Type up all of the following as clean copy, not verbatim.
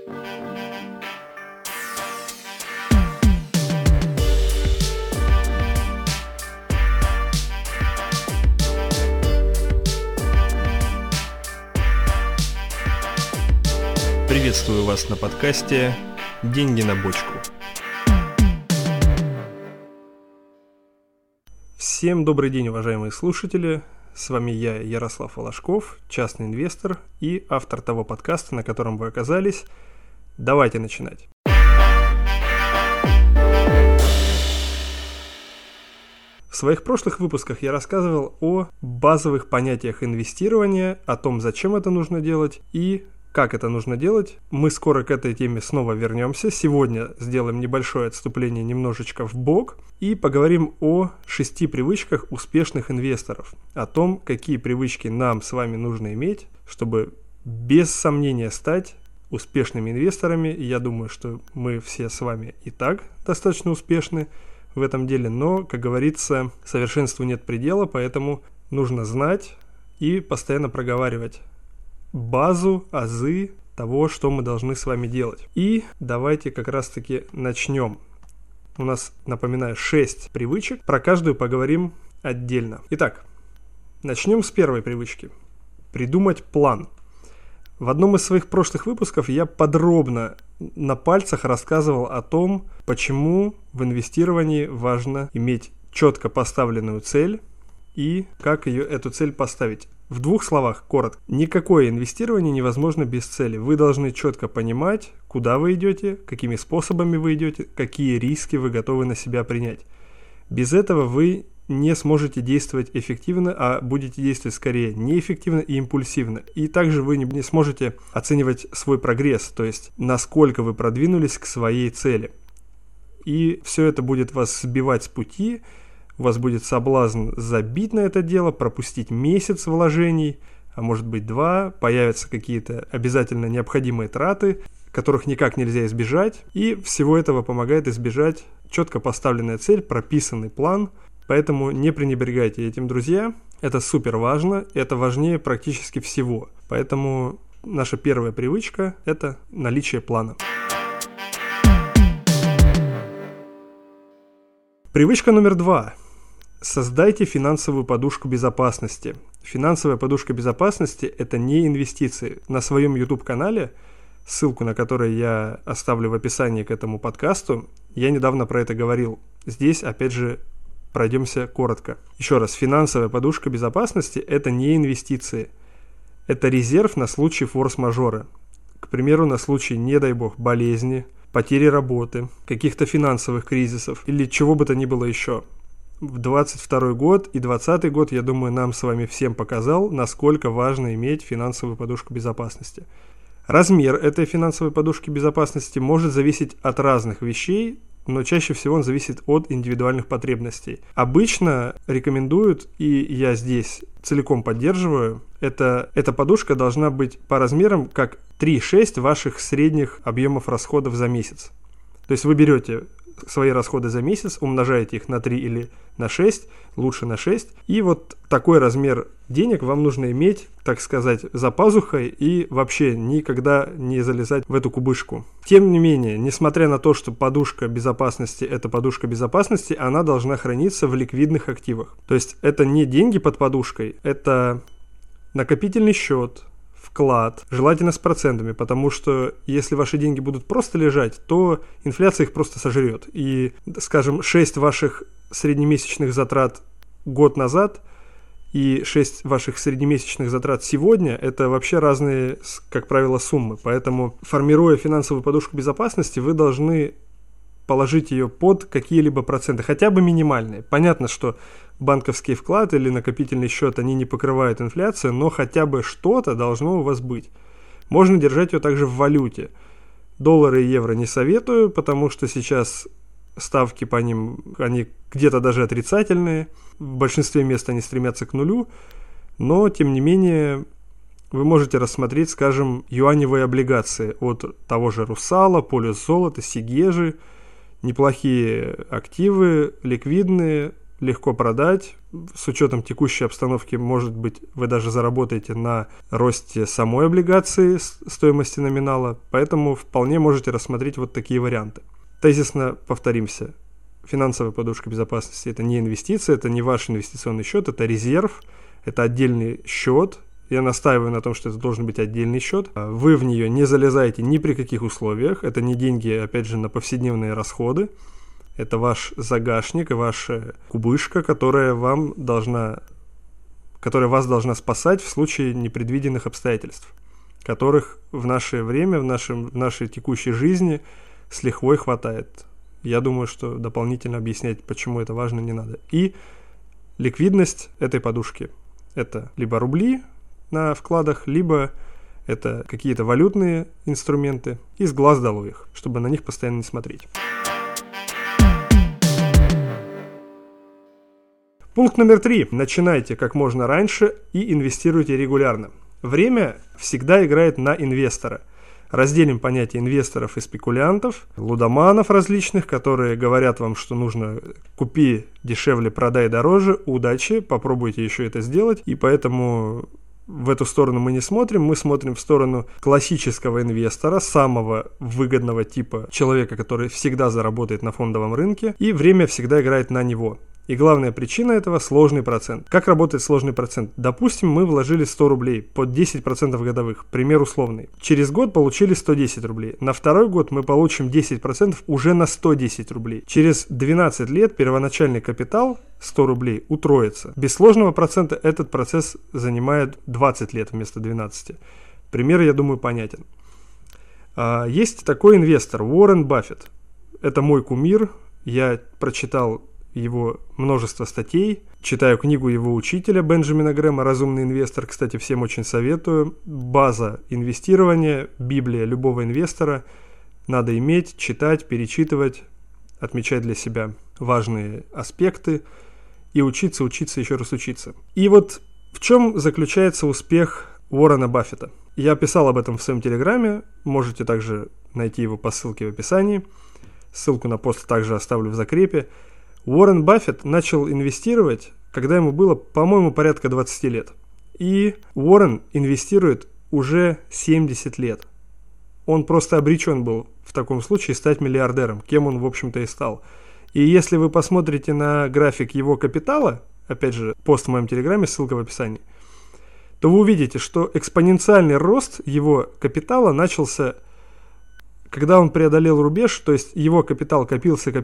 Приветствую вас на подкасте «Деньги на бочку». Всем добрый день, уважаемые слушатели. С вами я, Ярослав Волошков, частный инвестор и автор того подкаста, на котором вы оказались. Давайте начинать. В своих прошлых выпусках я рассказывал о базовых понятиях инвестирования, о том, зачем это нужно делать и как это нужно делать. Мы скоро к этой теме снова вернемся. Сегодня сделаем небольшое отступление немножечко вбок и поговорим о 6 привычках успешных инвесторов. О том, какие привычки нам с вами нужно иметь, чтобы без сомнения стать успешными инвесторами. Я думаю, что мы все с вами и так достаточно успешны в этом деле, но, как говорится, совершенству нет предела, поэтому нужно знать и постоянно проговаривать базу, азы того, что мы должны с вами делать. И давайте как раз-таки начнем. У нас, напоминаю, 6 привычек. Про каждую поговорим отдельно. Итак, начнем с первой привычки. Придумать план. В одном из своих прошлых выпусков я подробно на пальцах рассказывал о том, почему в инвестировании важно иметь четко поставленную цель и как эту цель поставить. В 2 словах, коротко. Никакое инвестирование невозможно без цели. Вы должны четко понимать, куда вы идете, какими способами вы идете, какие риски вы готовы на себя принять. Без этого вы не сможете действовать эффективно, а будете действовать скорее неэффективно и импульсивно. И также вы не сможете оценивать свой прогресс, то есть насколько вы продвинулись к своей цели. И все это будет вас сбивать с пути. У вас будет соблазн забить на это дело, пропустить месяц вложений, а может быть 2, появятся какие-то обязательно необходимые траты, которых никак нельзя избежать, и всего этого помогает избежать четко поставленная цель, прописанный план, поэтому не пренебрегайте этим, друзья, это супер важно, это важнее практически всего, поэтому наша первая привычка – это наличие плана. Привычка номер 2. Создайте финансовую подушку безопасности. Финансовая подушка безопасности – это не инвестиции. На своем YouTube-канале, ссылку на который я оставлю в описании к этому подкасту, я недавно про это говорил. Здесь, опять же, пройдемся коротко. Еще раз, финансовая подушка безопасности – это не инвестиции. Это резерв на случай форс-мажора. К примеру, на случай, не дай бог, болезни, потери работы, каких-то финансовых кризисов или чего бы то ни было еще. В 2022 год и 2020 год, я думаю, нам с вами всем показал, насколько важно иметь финансовую подушку безопасности. Размер этой финансовой подушки безопасности может зависеть от разных вещей, но чаще всего он зависит от индивидуальных потребностей. Обычно рекомендуют, и я здесь целиком поддерживаю, эта подушка должна быть по размерам как 3-6 ваших средних объемов расходов за месяц. То есть вы берете свои расходы за месяц, умножаете их на 3 или на 6, лучше на 6, и вот такой размер денег вам нужно иметь, так сказать, за пазухой и вообще никогда не залезать в эту кубышку. Тем не менее, несмотря на то, что подушка безопасности – это подушка безопасности, она должна храниться в ликвидных активах. То есть это не деньги под подушкой, это накопительный счет, вклад, желательно с процентами, потому что если ваши деньги будут просто лежать, то инфляция их просто сожрет. И, скажем, 6 ваших среднемесячных затрат год назад и 6 ваших среднемесячных затрат сегодня – это вообще разные, как правило, суммы. Поэтому, формируя финансовую подушку безопасности, вы должны положить ее под какие-либо проценты, хотя бы минимальные. Понятно, что банковский вклад или накопительный счет, они не покрывают инфляцию, но хотя бы что-то должно у вас быть. Можно держать ее также в валюте. Доллары и евро не советую, потому что сейчас ставки по ним, они где-то даже отрицательные. В большинстве мест они стремятся к нулю, но, тем не менее, вы можете рассмотреть, скажем, юаневые облигации от того же Русала, Полюс Золота, Сигежи. Неплохие активы, ликвидные, легко продать. С учетом текущей обстановки, может быть, вы даже заработаете на росте самой облигации стоимости номинала, поэтому вполне можете рассмотреть вот такие варианты. Тезисно повторимся. Финансовая подушка безопасности – это не инвестиция, это не ваш инвестиционный счет, это резерв, это отдельный счет. Я настаиваю на том, что это должен быть отдельный счет. Вы в нее не залезаете ни при каких условиях. Это не деньги, опять же, на повседневные расходы. Это ваш загашник, ваша кубышка, которая вас должна спасать в случае непредвиденных обстоятельств, которых в наше время, в нашей текущей жизни с лихвой хватает. Я думаю, что дополнительно объяснять, почему это важно, не надо. И ликвидность этой подушки – это либо рубли на вкладах, либо это какие-то валютные инструменты, и с глаз долой их, чтобы на них постоянно не смотреть. Пункт номер 3. Начинайте как можно раньше и инвестируйте регулярно. Время всегда играет на инвестора. Разделим понятие инвесторов и спекулянтов, лудоманов различных, которые говорят вам, что нужно купи дешевле, продай дороже. Удачи, попробуйте еще это сделать. И поэтому в эту сторону мы не смотрим, мы смотрим в сторону классического инвестора, самого выгодного типа человека, который всегда заработает на фондовом рынке, и время всегда играет на него. И главная причина этого – сложный процент. Как работает сложный процент? Допустим, мы вложили 100 рублей под 10% годовых, пример условный. Через год получили 110 рублей. На второй год мы получим 10% уже на 110 рублей. Через 12 лет первоначальный капитал 100 рублей утроится. Без сложного процента этот процесс занимает 20 лет вместо 12. Пример, я думаю, понятен. Есть такой инвестор Уоррен Баффет. Это мой кумир. Я прочитал его множество статей, читаю книгу его учителя Бенджамина Грэма «Разумный инвестор». Кстати, всем очень советую. База инвестирования, библия любого инвестора. Надо иметь, читать, перечитывать, отмечать для себя важные аспекты и учиться, еще раз учиться. И вот в чем заключается успех Уоррена Баффета? Я писал об этом в своем телеграме, можете также найти его по ссылке в описании. Ссылку на пост также оставлю в закрепе. Уоррен Баффет начал инвестировать, когда ему было, по-моему, порядка 20 лет. И Уоррен инвестирует уже 70 лет. Он просто обречен был в таком случае стать миллиардером, кем он, в общем-то, и стал. И если вы посмотрите на график его капитала, опять же, пост в моем телеграме, ссылка в описании, то вы увидите, что экспоненциальный рост его капитала начался, когда он преодолел рубеж, то есть его капитал копился,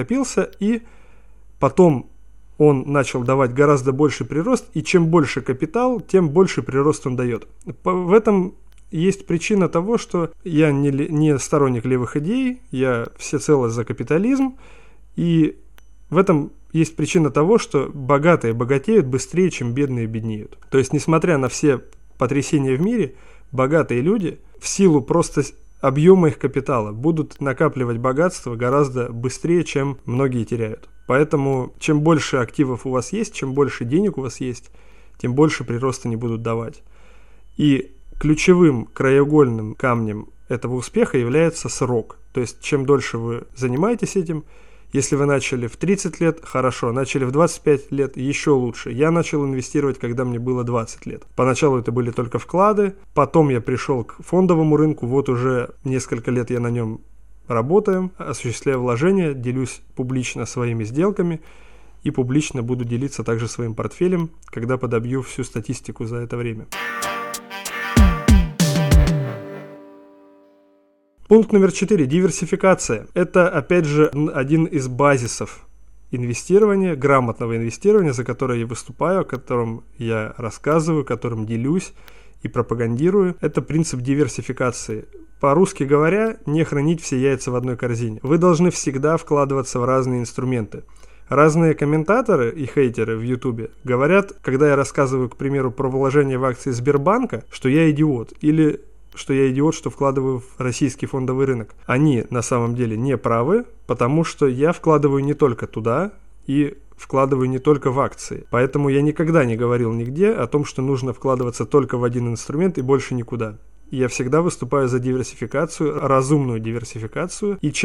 и потом он начал давать гораздо больше прирост, и чем больше капитал, тем больше прирост он дает. В этом есть причина того, что я не сторонник левых идей, я всецело за капитализм, и в этом есть причина того, что богатые богатеют быстрее, чем бедные беднеют. То есть, несмотря на все потрясения в мире, богатые люди в силу просто объема их капитала будут накапливать богатство гораздо быстрее, чем многие теряют. Поэтому, чем больше активов у вас есть, чем больше денег у вас есть, тем больше прироста не будут давать. И ключевым краеугольным камнем этого успеха является срок. То есть, чем дольше вы занимаетесь этим, если вы начали в 30 лет, хорошо, начали в 25 лет, еще лучше. Я начал инвестировать, когда мне было 20 лет. Поначалу это были только вклады, потом я пришел к фондовому рынку, вот уже несколько лет я на нем работаю, осуществляю вложения, делюсь публично своими сделками и публично буду делиться также своим портфелем, когда подобью всю статистику за это время. Пункт номер 4. Диверсификация. Это, опять же, один из базисов инвестирования, грамотного инвестирования, за которое я выступаю, о котором я рассказываю, которым делюсь и пропагандирую. Это принцип диверсификации. По-русски говоря, не хранить все яйца в одной корзине. Вы должны всегда вкладываться в разные инструменты. Разные комментаторы и хейтеры в Ютубе говорят, когда я рассказываю, к примеру, про вложение в акции Сбербанка, что я идиот, или что я идиот, что вкладываю в российский фондовый рынок. Они на самом деле не правы, потому что я вкладываю не только туда и вкладываю не только в акции. Поэтому я никогда не говорил нигде о том, что нужно вкладываться только в один инструмент и больше никуда. Я всегда выступаю за диверсификацию, разумную диверсификацию. И чем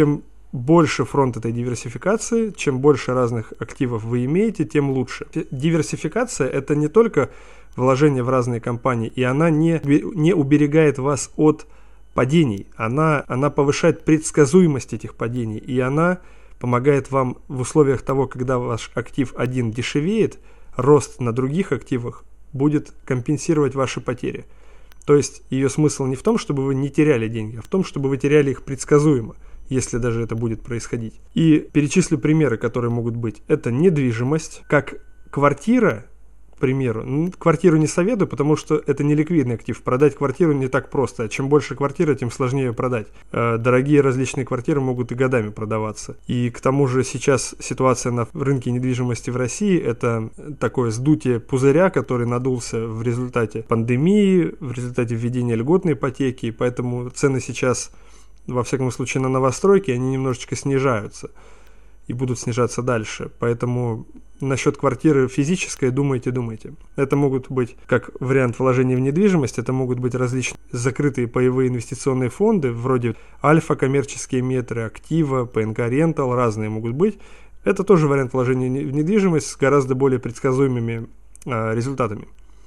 больше фронт этой диверсификации, чем больше разных активов вы имеете, тем лучше. Диверсификация – это не только вложение в разные компании, и она не уберегает вас от падений, она повышает предсказуемость этих падений, и она помогает вам в условиях того, когда ваш актив один дешевеет, рост на других активах будет компенсировать ваши потери. То есть ее смысл не в том, чтобы вы не теряли деньги, а в том, чтобы вы теряли их предсказуемо, если даже это будет происходить. И перечислю примеры, которые могут быть. Это недвижимость, как квартира, к примеру. Квартиру не советую, потому что это не ликвидный актив. Продать квартиру не так просто. Чем больше квартира, тем сложнее ее продать. Дорогие различные квартиры могут и годами продаваться. И к тому же сейчас ситуация на рынке недвижимости в России – это такое сдутие пузыря, который надулся в результате пандемии, в результате введения льготной ипотеки. Поэтому цены сейчас, во всяком случае, на новостройки, они немножечко снижаются и будут снижаться дальше. Поэтому насчет квартиры физической думайте. Это могут быть как вариант вложения в недвижимость, это могут быть различные закрытые паевые инвестиционные фонды, вроде Альфа, коммерческие метры, Актива, ПНК Рентал, разные могут быть. Это тоже вариант вложения в недвижимость с гораздо более предсказуемыми результатами.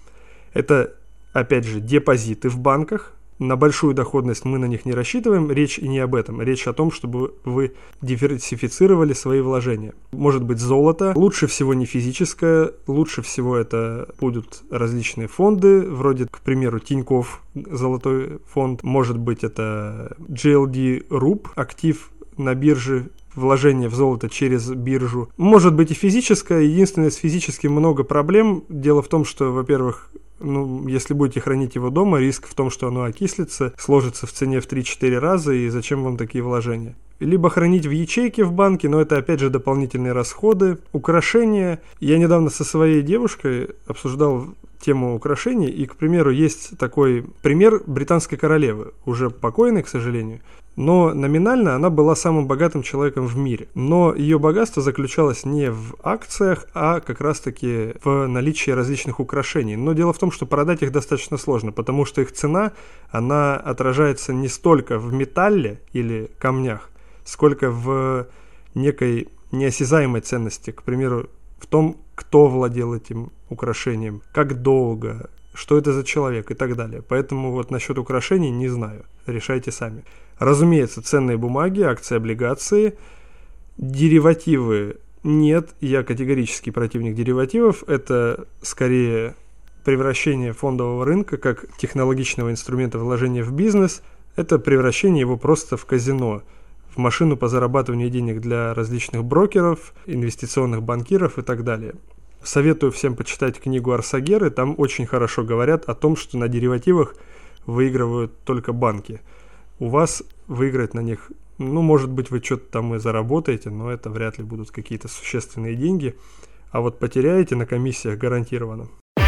Это, опять же, депозиты в банках. На большую доходность мы на них не рассчитываем, речь и не об этом. Речь о том, чтобы вы диверсифицировали свои вложения. Может быть золото, лучше всего не физическое, лучше всего это будут различные фонды, вроде, к примеру, Тинькофф, золотой фонд. Может быть это GLD RUP, актив на бирже, вложение в золото через биржу. Может быть и физическое, единственное, с физическим много проблем. Дело в том, что, во-первых, если будете хранить его дома, риск в том, что оно окислится, сложится в цене в 3-4 раза, и зачем вам такие вложения? Либо хранить в ячейке в банке, но это опять же дополнительные расходы. Украшения. Я недавно со своей девушкой обсуждал тему украшений, и, к примеру, есть такой пример британской королевы, уже покойной, к сожалению, но номинально она была самым богатым человеком в мире. Но ее богатство заключалось не в акциях, а как раз-таки в наличии различных украшений. Но дело в том, что продать их достаточно сложно, потому что их цена, она отражается не столько в металле или камнях, сколько в некой неосязаемой ценности, к примеру, в том, кто владел этим украшением, как долго, что это за человек и так далее. Поэтому вот насчет украшений не знаю, решайте сами. Разумеется, ценные бумаги, акции, облигации, деривативы нет, я категорически противник деривативов, это скорее превращение фондового рынка как технологичного инструмента вложения в бизнес, это превращение его просто в казино, в машину по зарабатыванию денег для различных брокеров, инвестиционных банкиров и так далее. Советую всем почитать книгу Арсагеры, там очень хорошо говорят о том, что на деривативах выигрывают только банки. У вас выиграть на них, может быть, вы что-то там и заработаете, но это вряд ли будут какие-то существенные деньги, а вот потеряете на комиссиях гарантированно.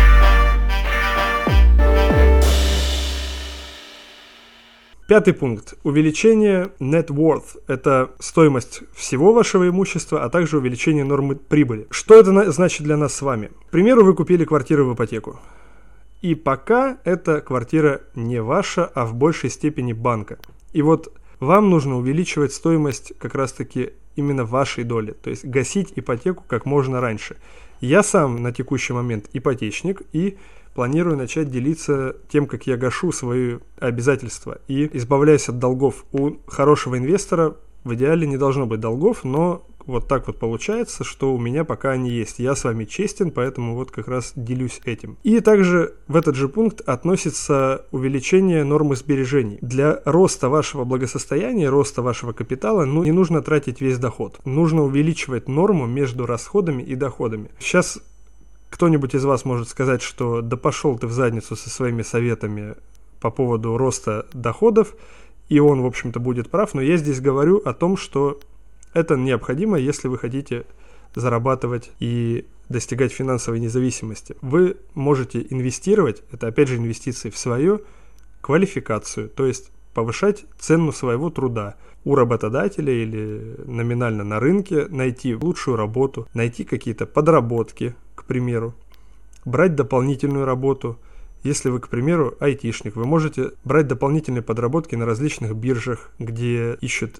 Пятый пункт. Увеличение net worth. Это стоимость всего вашего имущества, а также увеличение нормы прибыли. Что это значит для нас с вами? К примеру, вы купили квартиру в ипотеку. И пока эта квартира не ваша, а в большей степени банка. И вот вам нужно увеличивать стоимость как раз-таки именно вашей доли. То есть гасить ипотеку как можно раньше. Я сам на текущий момент ипотечник и планирую начать делиться тем, как я гашу свои обязательства и избавляюсь от долгов. У хорошего инвестора в идеале не должно быть долгов, но вот так вот получается, что у меня пока они есть. Я с вами честен, поэтому вот как раз делюсь этим. И также в этот же пункт относится увеличение нормы сбережений. Для роста вашего благосостояния, роста вашего капитала, не нужно тратить весь доход. Нужно увеличивать норму между расходами и доходами. Сейчас кто-нибудь из вас может сказать, что да пошел ты в задницу со своими советами по поводу роста доходов, и он, в общем-то, будет прав, но я здесь говорю о том, что это необходимо, если вы хотите зарабатывать и достигать финансовой независимости. Вы можете инвестировать, это опять же инвестиции в свою квалификацию, то есть повышать цену своего труда у работодателя или номинально на рынке, найти лучшую работу, найти какие-то подработки, к примеру, брать дополнительную работу. Если вы, к примеру, айтишник, вы можете брать дополнительные подработки на различных биржах, где ищут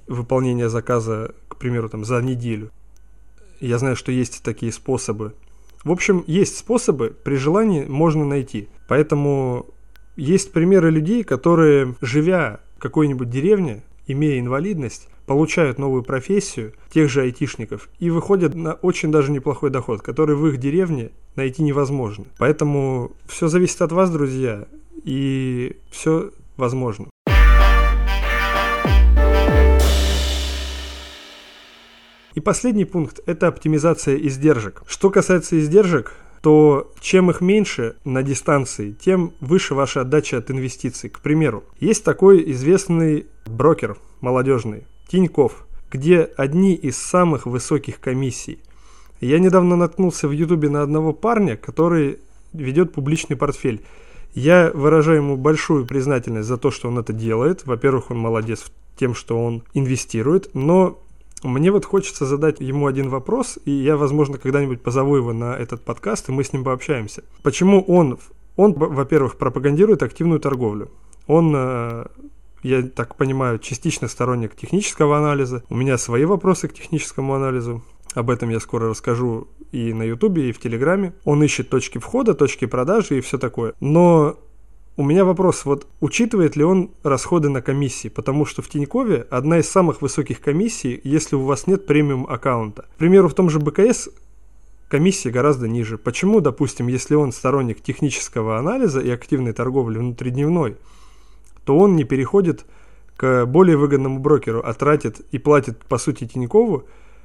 выполнения заказа, к примеру, там, за неделю. Я знаю, что есть такие способы. В общем, есть способы, при желании можно найти. Поэтому есть примеры людей, которые, живя в какой-нибудь деревне, имея инвалидность, получают новую профессию, тех же айтишников, и выходят на очень даже неплохой доход, который в их деревне найти невозможно. Поэтому все зависит от вас, друзья, и все возможно. И последний пункт – это оптимизация издержек. Что касается издержек, то чем их меньше на дистанции, тем выше ваша отдача от инвестиций. К примеру, есть такой известный брокер молодежный Тинькофф, где одни из самых высоких комиссий. Я недавно наткнулся в Ютубе на одного парня, который ведет публичный портфель. Я выражаю ему большую признательность за то, что он это делает. Во-первых, он молодец тем, что он инвестирует, но мне вот хочется задать ему один вопрос, и я, возможно, когда-нибудь позову его на этот подкаст, и мы с ним пообщаемся. Почему он, во-первых, пропагандирует активную торговлю? Он, я так понимаю, частично сторонник технического анализа. У меня свои вопросы к техническому анализу. Об этом я скоро расскажу и на Ютубе, и в Телеграме. Он ищет точки входа, точки продажи и все такое. Но у меня вопрос, вот учитывает ли он расходы на комиссии? Потому что в Тинькове одна из самых высоких комиссий, если у вас нет премиум аккаунта. К примеру, в том же БКС комиссия гораздо ниже. Почему, допустим, если он сторонник технического анализа и активной торговли внутридневной, то он не переходит к более выгодному брокеру, а тратит и платит, по сути, Тинькову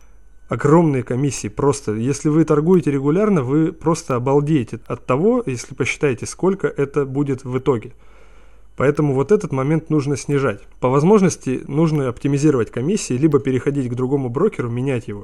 огромные комиссии. Просто, если вы торгуете регулярно, вы просто обалдеете от того, если посчитаете, сколько это будет в итоге. Поэтому вот этот момент нужно снижать. По возможности нужно оптимизировать комиссии, либо переходить к другому брокеру, менять его,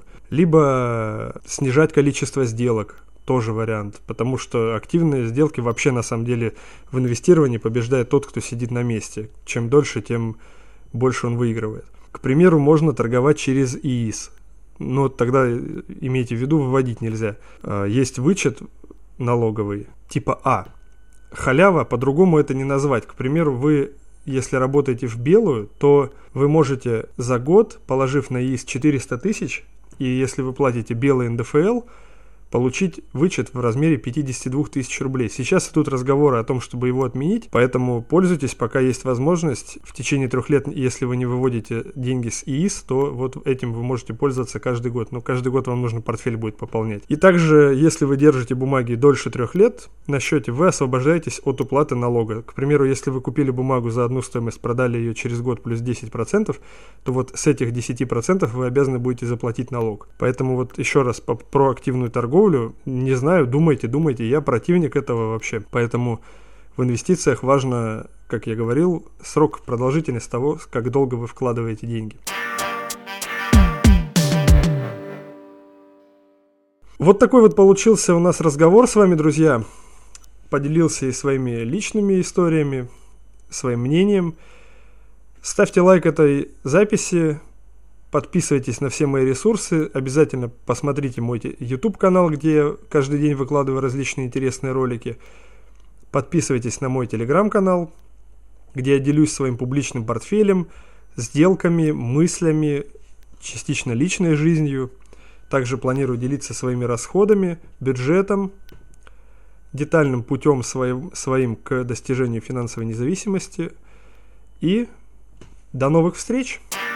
либо снижать количество сделок. Тоже вариант, потому что активные сделки вообще на самом деле в инвестировании побеждает тот, кто сидит на месте. Чем дольше, тем больше он выигрывает. К примеру, можно торговать через ИИС. Но тогда имейте в виду, выводить нельзя. Есть вычет налоговый типа А. Халява, по-другому это не назвать. К примеру, вы, если работаете в белую, то вы можете за год, положив на ИИС 400 тысяч, и если вы платите белый НДФЛ, получить вычет в размере 52 тысяч рублей. Сейчас идут разговоры о том, чтобы его отменить, поэтому пользуйтесь, пока есть возможность. В течение 3 лет, если вы не выводите деньги с ИИС, то вот этим вы можете пользоваться каждый год. Но каждый год вам нужно портфель будет пополнять. И также, если вы держите бумаги дольше 3 лет на счете, вы освобождаетесь от уплаты налога. К примеру, если вы купили бумагу за одну стоимость, продали ее через год плюс 10%, то вот с этих 10% вы обязаны будете заплатить налог. Поэтому вот еще раз про активную торговлю. Не знаю, думайте, я противник этого вообще. Поэтому в инвестициях важно, как я говорил, срок, продолжительность того, как долго вы вкладываете деньги. Вот такой вот получился у нас разговор с вами, друзья. Поделился и своими личными историями, своим мнением. Ставьте лайк этой записи. Подписывайтесь на все мои ресурсы, обязательно посмотрите мой YouTube-канал, где я каждый день выкладываю различные интересные ролики. Подписывайтесь на мой Telegram-канал, где я делюсь своим публичным портфелем, сделками, мыслями, частично личной жизнью. Также планирую делиться своими расходами, бюджетом, детальным путем своим к достижению финансовой независимости. И до новых встреч!